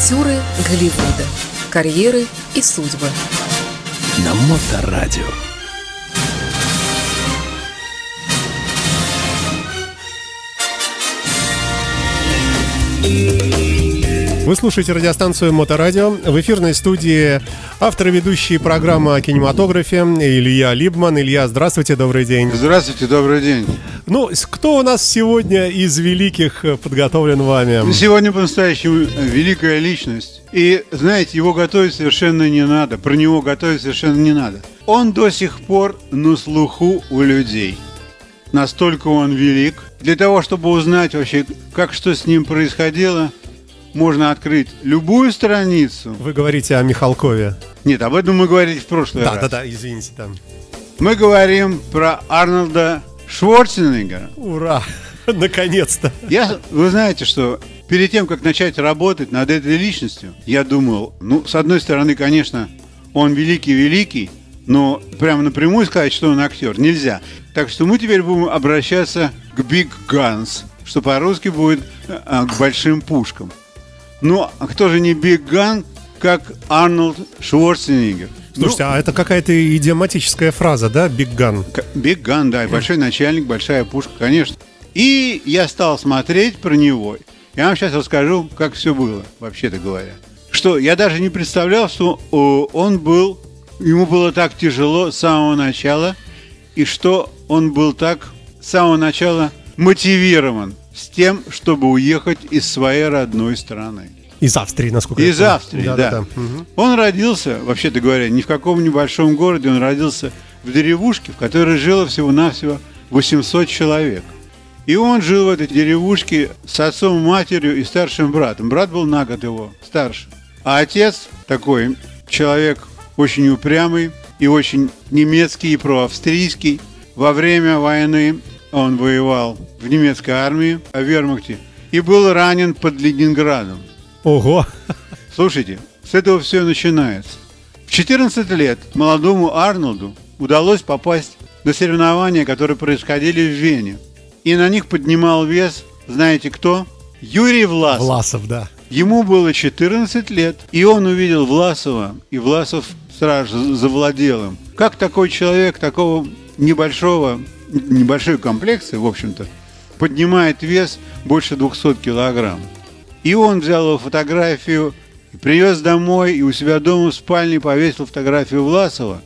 Актеры Голливуда. Карьеры и судьбы. На Моторадио. Вы слушаете радиостанцию Моторадио. В эфирной студии автор и ведущий программы о кинематографе Илья Либман. Илья, здравствуйте, добрый день. Здравствуйте, добрый день. Ну, кто у нас сегодня из великих подготовлен вами? Сегодня по-настоящему великая личность. И, знаете, его готовить совершенно не надо. Про него готовить совершенно не надо. Он до сих пор на слуху у людей. Настолько он велик. Для того, чтобы узнать вообще, как что с ним происходило, можно открыть любую страницу. Вы говорите о Михалкове. Нет, об этом мы говорили в прошлый раз. Да, извините, там. Мы говорим про Арнольда Шварценеггера. Ура! Наконец-то! Вы знаете, что перед тем, как начать работать над этой личностью, я думал, с одной стороны, конечно, он великий-великий, но прямо напрямую сказать, что он актер, нельзя. Так что мы теперь будем обращаться к Big Guns, что по-русски будет к большим пушкам. Ну, а кто же не Big Gun, как Арнольд Шварценеггер? Слушайте, а это какая-то идиоматическая фраза, да? Big Gun. Big Gun, да, большой начальник, большая пушка, конечно. И я стал смотреть про него. Я вам сейчас расскажу, как все было, вообще-то говоря. Что я даже не представлял, что ему было так тяжело с самого начала, и что он был так с самого начала мотивирован с тем, чтобы уехать из своей родной страны. Из Австрии, насколько я помню. Из Австрии, да. Угу. Он родился, вообще-то говоря, не в каком небольшом городе, он родился в деревушке, в которой жило всего-навсего 800 человек. И он жил в этой деревушке с отцом, матерью и старшим братом. Брат был на год его старше. А отец такой человек очень упрямый и очень немецкий и проавстрийский. Во время войны он воевал в немецкой армии, в вермахте, и был ранен под Ленинградом. Ого! Слушайте, с этого все начинается. В 14 лет молодому Арнольду удалось попасть на соревнования, которые происходили в Вене. И на них поднимал вес, знаете кто? Юрий Власов. Власов, да. Ему было 14 лет, и он увидел Власова, и Власов сразу же завладел им. Как такой человек, такого небольшой комплекции, в общем-то, поднимает вес больше 200 килограмм. И он взял его фотографию, привез домой, и у себя дома в спальне повесил фотографию Власова.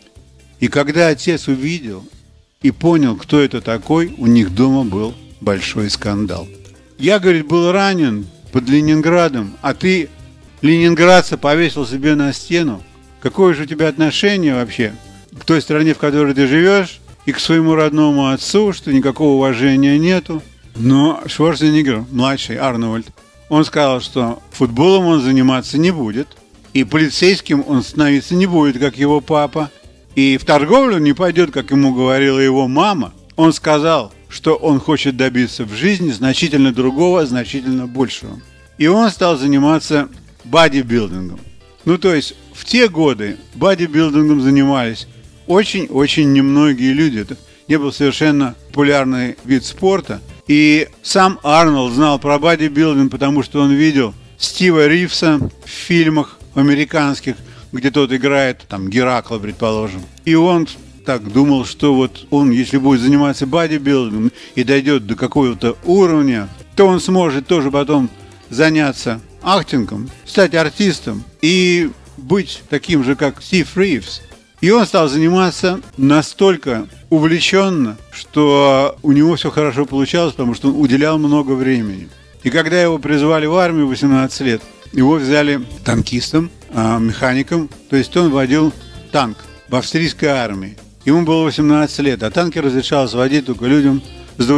И когда отец увидел и понял, кто это такой, у них дома был большой скандал. Я, говорит, был ранен под Ленинградом, а ты ленинградца повесил себе на стену. Какое же у тебя отношение вообще к той стране, в которой ты живешь, и к своему родному отцу, что никакого уважения нету? Но Шварценеггер, младший Арнольд, он сказал, что футболом он заниматься не будет, и полицейским он становиться не будет, как его папа, и в торговлю не пойдет, как ему говорила его мама. Он сказал, что он хочет добиться в жизни значительно другого, значительно большего. И он стал заниматься бодибилдингом. То есть в те годы бодибилдингом занимались очень-очень немногие люди. Это не был совершенно популярный вид спорта. И сам Арнольд знал про бодибилдинг, потому что он видел Стива Ривса в фильмах американских, где тот играет, там, Геракла, предположим. И он так думал, что вот он, если будет заниматься бодибилдингом и дойдет до какого-то уровня, то он сможет тоже потом заняться актингом, стать артистом и быть таким же, как Стив Ривз. И он стал заниматься настолько увлеченно, что у него все хорошо получалось, потому что он уделял много времени. И когда его призвали в армию в 18 лет, его взяли танкистом, механиком, то есть он водил танк в австрийской армии. Ему было 18 лет, а танки разрешалось водить только людям с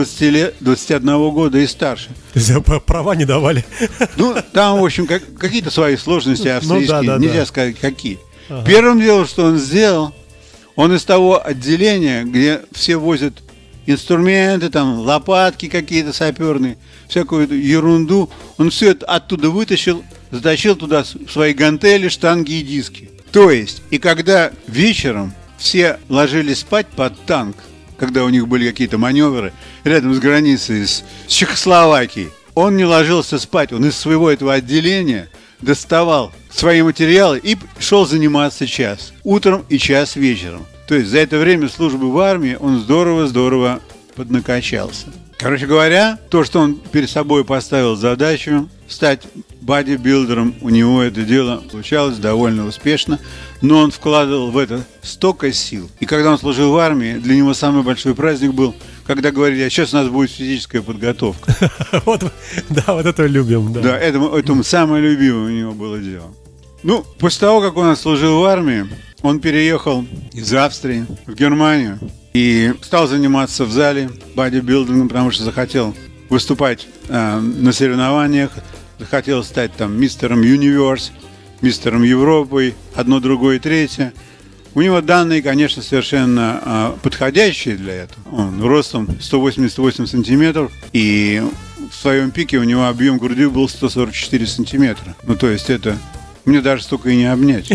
21 года и старше. То есть права не давали? Там, в общем, какие-то свои сложности австрийские, нельзя сказать, какие. Ага. Первым делом, что он сделал, он из того отделения, где все возят инструменты, там, лопатки какие-то саперные, всякую ерунду, он все это оттуда вытащил, затащил туда свои гантели, штанги и диски. То есть, и когда вечером все ложились спать под танк, когда у них были какие-то маневры рядом с границей с Чехословакией, он не ложился спать, он из своего этого отделения доставал свои материалы и шел заниматься час. Утром и час вечером. То есть за это время службы в армии он здорово поднакачался. Короче говоря, то, что он перед собой поставил задачу стать бодибилдером, у него это дело получалось довольно успешно, но он вкладывал в это столько сил. И когда он служил в армии, для него самый большой праздник был, когда говорили: а сейчас у нас будет физическая подготовка. Вот это любим. Да, это самое любимое у него было дело. Ну, после того, как он отслужил в армии, он переехал из Австрии в Германию и стал заниматься в зале бодибилдингом, потому что захотел выступать на соревнованиях, захотел стать там мистером Юниверс, мистером Европы, одно, другое, третье. У него данные, конечно, совершенно подходящие для этого. Он ростом 188 сантиметров, и в своем пике у него объем груди был 144 сантиметра. Ну, то есть это мне даже столько и не обнять.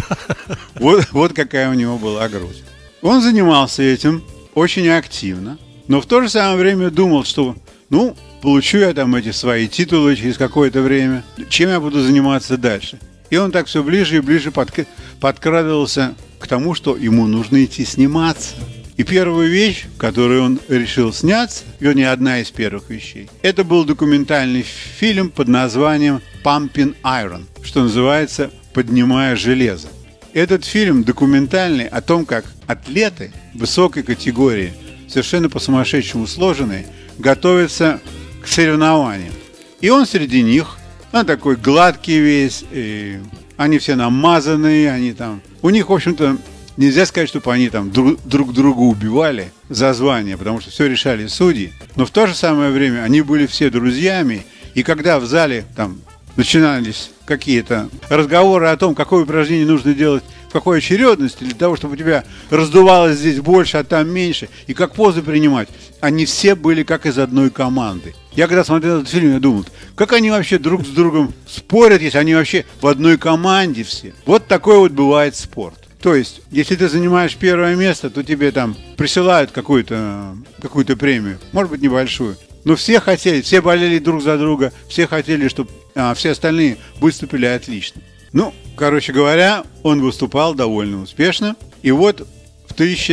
Вот какая у него была грудь. Он занимался этим очень активно, но в то же самое время думал, что, получу я там эти свои титулы через какое-то время, чем я буду заниматься дальше. И он так все ближе и ближе подкрадывался к тому, что ему нужно идти сниматься. И первую вещь, в которой он решил сняться, вернее, одна из первых вещей, это был документальный фильм под названием «Pumping Iron», что называется «Поднимая железо». Этот фильм документальный о том, как атлеты высокой категории, совершенно по-сумасшедшему сложенные, готовятся к соревнованиям. И он среди них, он такой гладкий весь, и они все намазанные, они там... У них, в общем-то, нельзя сказать, чтобы они там друг друга убивали за звание, потому что все решали судьи. Но в то же самое время они были все друзьями, и когда в зале там начинались какие-то разговоры о том, какое упражнение нужно делать в какой очередности, для того, чтобы у тебя раздувалось здесь больше, а там меньше, и как позы принимать, они все были как из одной команды. Я когда смотрел этот фильм, я думал, как они вообще друг с другом спорят, если они вообще в одной команде все. Вот такой вот бывает спорт. То есть, если ты занимаешь первое место, то тебе там присылают какую-то премию, может быть, небольшую. Но все хотели, все болели друг за друга, все хотели, чтобы все остальные выступили отлично. Короче говоря, он выступал довольно успешно. И вот в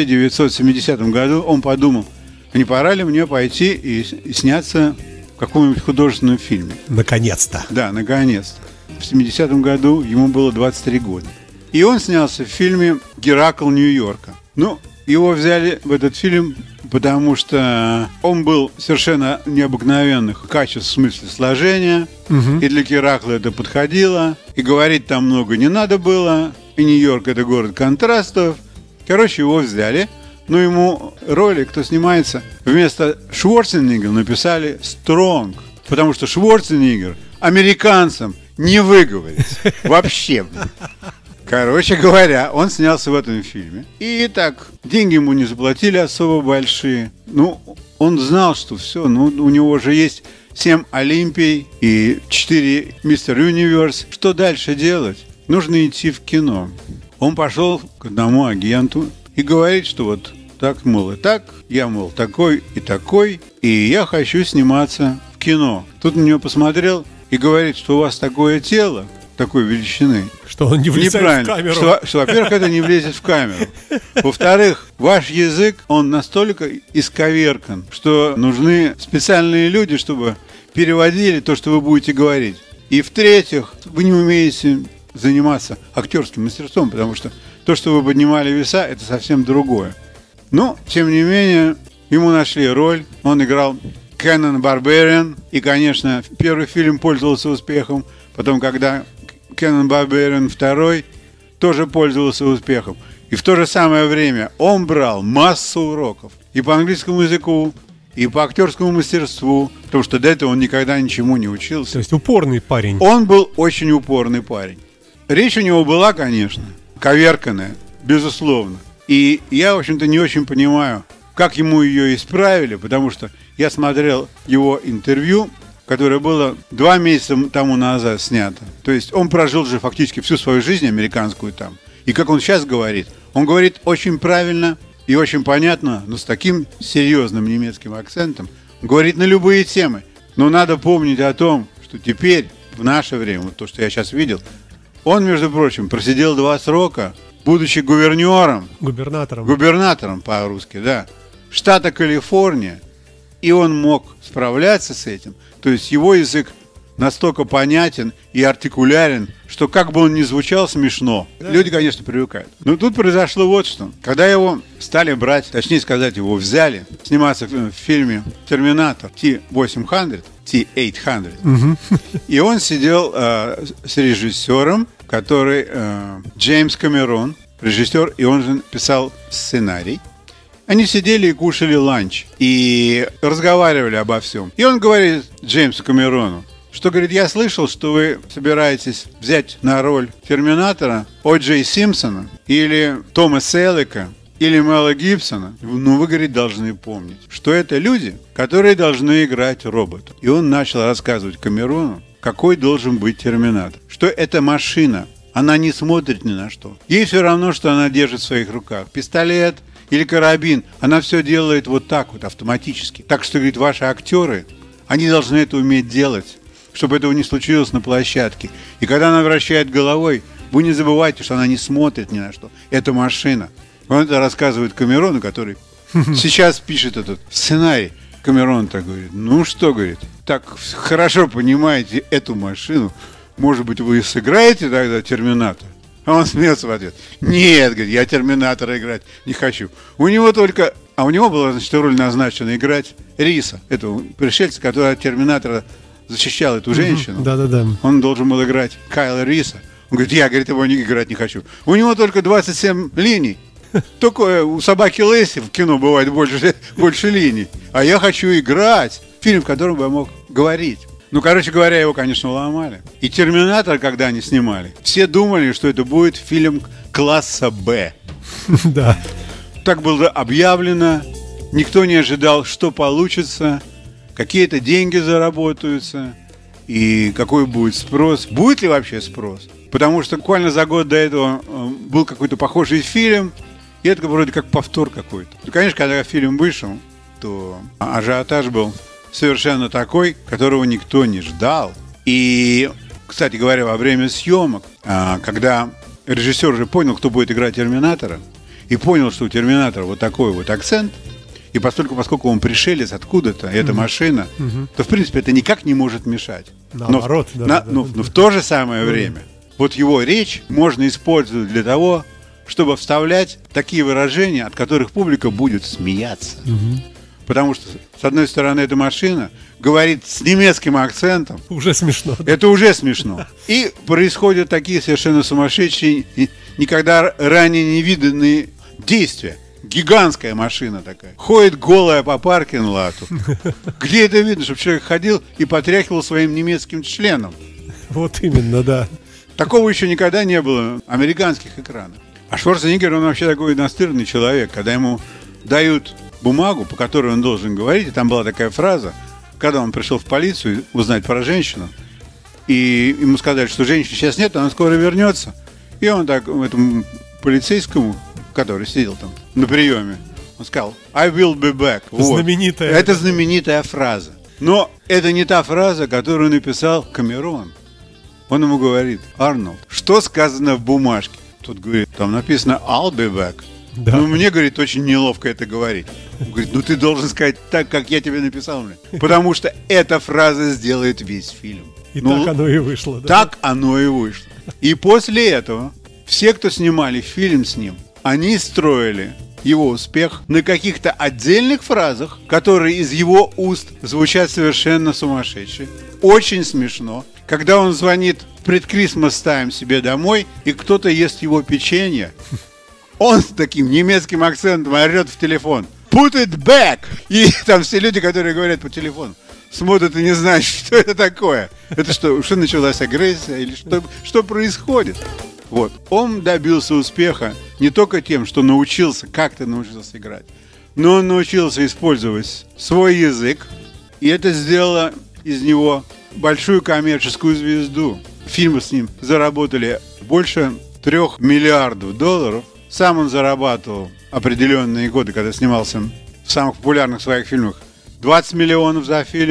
1970 году он подумал, не пора ли мне пойти и сняться в каком-нибудь художественном фильме. Наконец-то. Да, наконец-то. В 70 году ему было 23 года. И он снялся в фильме «Геракл Нью-Йорка». Его взяли в этот фильм, потому что он был совершенно необыкновенных качеств в смысле сложения. И для Геракла это подходило. И говорить там много не надо было. И Нью-Йорк — это город контрастов. Короче, его взяли. Но ему роли, кто снимается, вместо Шварценеггера написали «Стронг». Потому что Шварценеггер американцам не выговорится. Вообще. Короче говоря, он снялся в этом фильме. И так, деньги ему не заплатили особо большие. Он знал, что все, у него же есть 7 Олимпий и 4 Мистер Юниверс. Что дальше делать? Нужно идти в кино. Он пошел к одному агенту и говорит, что вот так, мол, и так, я, мол, такой и такой, и я хочу сниматься в кино. Тут на него посмотрел и говорит, что у вас такое тело, такой величины. Что он не влезает в камеру. Что, во-первых, это не влезет в камеру. Во-вторых, ваш язык, он настолько исковеркан, что нужны специальные люди, чтобы переводили то, что вы будете говорить. И в-третьих, вы не умеете заниматься актерским мастерством, потому что то, что вы поднимали веса, это совсем другое. Но, тем не менее, ему нашли роль. Он играл Кенан Барбариан. И, конечно, первый фильм пользовался успехом. Потом, когда Кенан Барбариан второй, тоже пользовался успехом. И в то же самое время он брал массу уроков. И по английскому языку, и по актерскому мастерству. Потому что до этого он никогда ничему не учился. То есть упорный парень. Он был очень упорный парень. Речь у него была, конечно, коверканная, безусловно. И я, в общем-то, не очень понимаю, как ему ее исправили, потому что я смотрел его интервью, которое было 2 месяца тому назад снято. То есть он прожил же фактически всю свою жизнь американскую там. И как он сейчас говорит, он говорит очень правильно и очень понятно, но с таким серьезным немецким акцентом. Он говорит на любые темы. Но надо помнить о том, что теперь в наше время, вот то, что я сейчас видел, он, между прочим, просидел 2 срока, будучи губернатором по-русски, да, штата Калифорния, и он мог справляться с этим. То есть его язык настолько понятен и артикулярен, что как бы он ни звучал смешно, люди, конечно, привыкают. Но тут произошло вот что. Когда его стали брать, точнее сказать, его взяли сниматься в фильме «Терминатор» T-800, и он сидел с режиссером, который Джеймс Камерон, режиссер, и он же писал сценарий. Они сидели и кушали ланч, и разговаривали обо всем. И он говорит Джеймсу Камерону, что, говорит, я слышал, что вы собираетесь взять на роль Терминатора О. Джей Симпсона или Тома Селлека или Мела Гибсона. Ну, вы, говорит, должны помнить, что это люди, которые должны играть робота. И он начал рассказывать Камерону, какой должен быть Терминатор. Что это машина, она не смотрит ни на что. Ей все равно, что она держит в своих руках. Пистолет или карабин. Она все делает вот так вот, автоматически. Так что, говорит, ваши актеры, они должны это уметь делать, чтобы этого не случилось на площадке. И когда она вращает головой, вы не забывайте, что она не смотрит ни на что. Это машина. Он это рассказывает Камерону, который сейчас пишет этот сценарий. Камерон так говорит, ну что, говорит, так хорошо понимаете эту машину, может быть, вы сыграете тогда Терминатор? А он смеется в ответ. Нет, говорит, я Терминатора играть не хочу. У него была, значит, роль назначена играть Риса, этого пришельца, который от Терминатора защищал эту женщину. Да-да-да. Он должен был играть Кайла Риса. Он говорит, я, говорит, его играть не хочу. У него только 27 линий. Только у собаки Лесси в кино бывает больше линий. А я хочу играть фильм, в котором бы я мог говорить. Ну, короче говоря, его, конечно, ломали. И «Терминатор», когда они снимали, все думали, что это будет фильм класса «Б». Да. Так было объявлено. Никто не ожидал, что получится, какие-то деньги заработаются и какой будет спрос. Будет ли вообще спрос? Потому что буквально за год до этого был какой-то похожий фильм, и это вроде как повтор какой-то. Ну, конечно, когда фильм вышел, то ажиотаж был совершенно такой, которого никто не ждал. И, кстати говоря, во время съемок, когда режиссер уже понял, кто будет играть Терминатора, и понял, что у Терминатора вот такой вот акцент, и поскольку он пришелец откуда-то, эта машина, то, в принципе, это никак не может мешать. Наоборот. Но в то же самое время вот его речь можно использовать для того, чтобы вставлять такие выражения, от которых публика будет смеяться. Потому что, с одной стороны, эта машина говорит с немецким акцентом. Уже смешно. Это уже смешно. И происходят такие совершенно сумасшедшие, никогда ранее не виданные действия. Гигантская машина такая. Ходит голая по паркинг-лоту. Где это видно, чтобы человек ходил и потряхивал своим немецким членом? Вот именно, да. Такого еще никогда не было в американских экранах. А Шварценеггер, он вообще такой настырный человек. Когда ему дают бумагу, по которой он должен говорить, и там была такая фраза, когда он пришел в полицию узнать про женщину, и ему сказали, что женщины сейчас нет, она скоро вернется. И он так этому полицейскому, который сидел там на приеме, он сказал «I will be back». Знаменитая. Вот. Это знаменитая фраза. Но это не та фраза, которую написал Камерон. Он ему говорит: «Арнольд, что сказано в бумажке?» Тот говорит, там написано «I'll be back». Да. Ну, мне, говорит, очень неловко это говорить. Он говорит, ну ты должен сказать так, как я тебе написал. Потому что эта фраза сделает весь фильм. И так оно и вышло. Да? Так оно и вышло. И после этого все, кто снимали фильм с ним, они строили его успех на каких-то отдельных фразах, которые из его уст звучат совершенно сумасшедше. Очень смешно. Когда он звонит в предкрисмас тайм себе домой, и кто-то ест его печенье, он с таким немецким акцентом орет в телефон «Put it back!» И там все люди, которые говорят по телефону, смотрят и не знают, что это такое. Это что началась агрессия или что происходит? Вот. Он добился успеха не только тем, что как-то научился играть, но он научился использовать свой язык, и это сделало из него большую коммерческую звезду. Фильмы с ним заработали больше $3 миллиардов. Сам он зарабатывал определенные годы, когда снимался в самых популярных своих фильмах, 20 миллионов за фильм,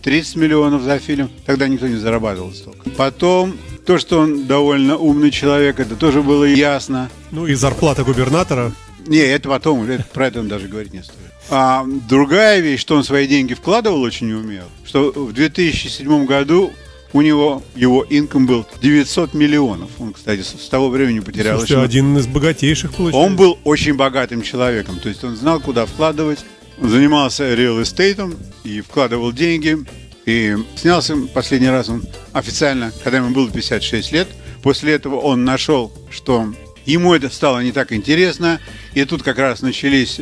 30 миллионов за фильм. Тогда никто не зарабатывал столько. Потом, то, что он довольно умный человек, это тоже было ясно. Ну и зарплата губернатора. Не, это потом, про это он даже говорить не стоит. А другая вещь, что он свои деньги вкладывал очень умел, что в 2007 году у него, его инком был 900 миллионов. Он, кстати, с того времени потерял. Слушайте, один из богатейших получается. Он был очень богатым человеком, то есть он знал, куда вкладывать. Он занимался real estate и вкладывал деньги. И снялся последний раз он официально, когда ему было 56 лет. После этого он нашел, что ему это стало не так интересно. И тут как раз начались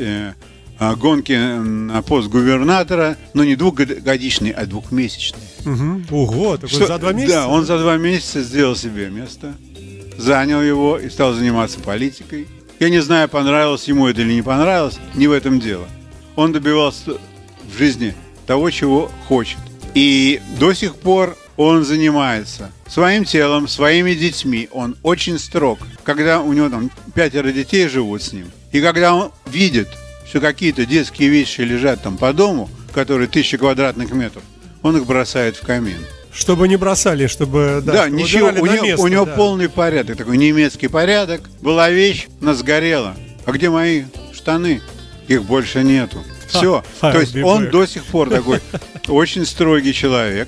гонки на пост губернатора, но не двухгодичные, а двухмесячные. Угу. Ого, так он за 2 месяца? Да, он за 2 месяца сделал себе место, занял его и стал заниматься политикой. Я не знаю, понравилось ему это или не понравилось, не в этом дело. Он добивался в жизни того, чего хочет. И до сих пор он занимается своим телом, своими детьми. Он очень строг. Когда у него там 5 детей живут с ним, и когда он видит, что какие-то детские вещи лежат там по дому, которые 1000 квадратных метров, он их бросает в камин. Чтобы не бросали, чтобы... Да, ничего, у него полный порядок, такой немецкий порядок. Была вещь, она сгорела. А где мои штаны? Их больше нету. Все. То есть он до сих пор такой очень строгий человек.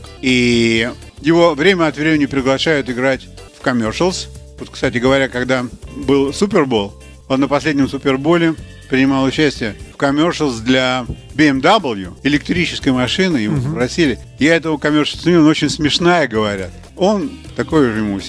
И его время от времени приглашают играть в commercials. Вот, кстати говоря, когда был Супербол, он на последнем Суперболе принимал участие в commercials для BMW, электрической машины, ему попросили. Я этого commercial смотрел, он очень смешная, говорят. Он такой же, ему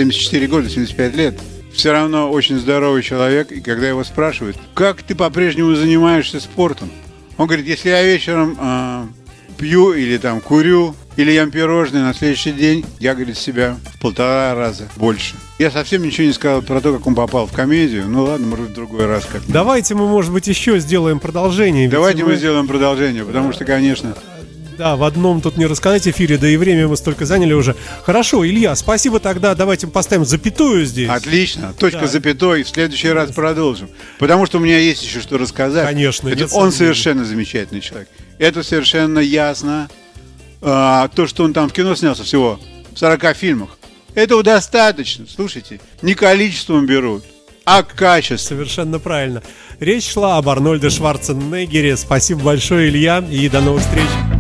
74 года, 75 лет. Все равно очень здоровый человек. И когда его спрашивают, как ты по-прежнему занимаешься спортом? Он говорит, если я вечером пью или там курю, или ем пирожные, на следующий день я, говорит, себя в 1,5 раза больше. Я совсем ничего не сказал про то, как он попал в комедию. Ну ладно, может, в другой раз как-нибудь. Давайте мы, может быть, еще сделаем продолжение. Давайте мы сделаем продолжение, потому что, конечно... Да, в одном тут не рассказать эфире, да и время мы столько заняли уже. Хорошо, Илья, спасибо тогда. Давайте поставим запятую здесь. Отлично. Точка, да. Запятой. В следующий раз продолжим. Потому что у меня есть еще что рассказать. Конечно. Он совершенно замечательный человек. Это совершенно ясно. То, что он там в кино снялся всего в 40 фильмах, этого достаточно. Слушайте, не количеством берут, а качеством. Совершенно правильно. Речь шла об Арнольде Шварценеггере. Спасибо большое, Илья, и до новых встреч.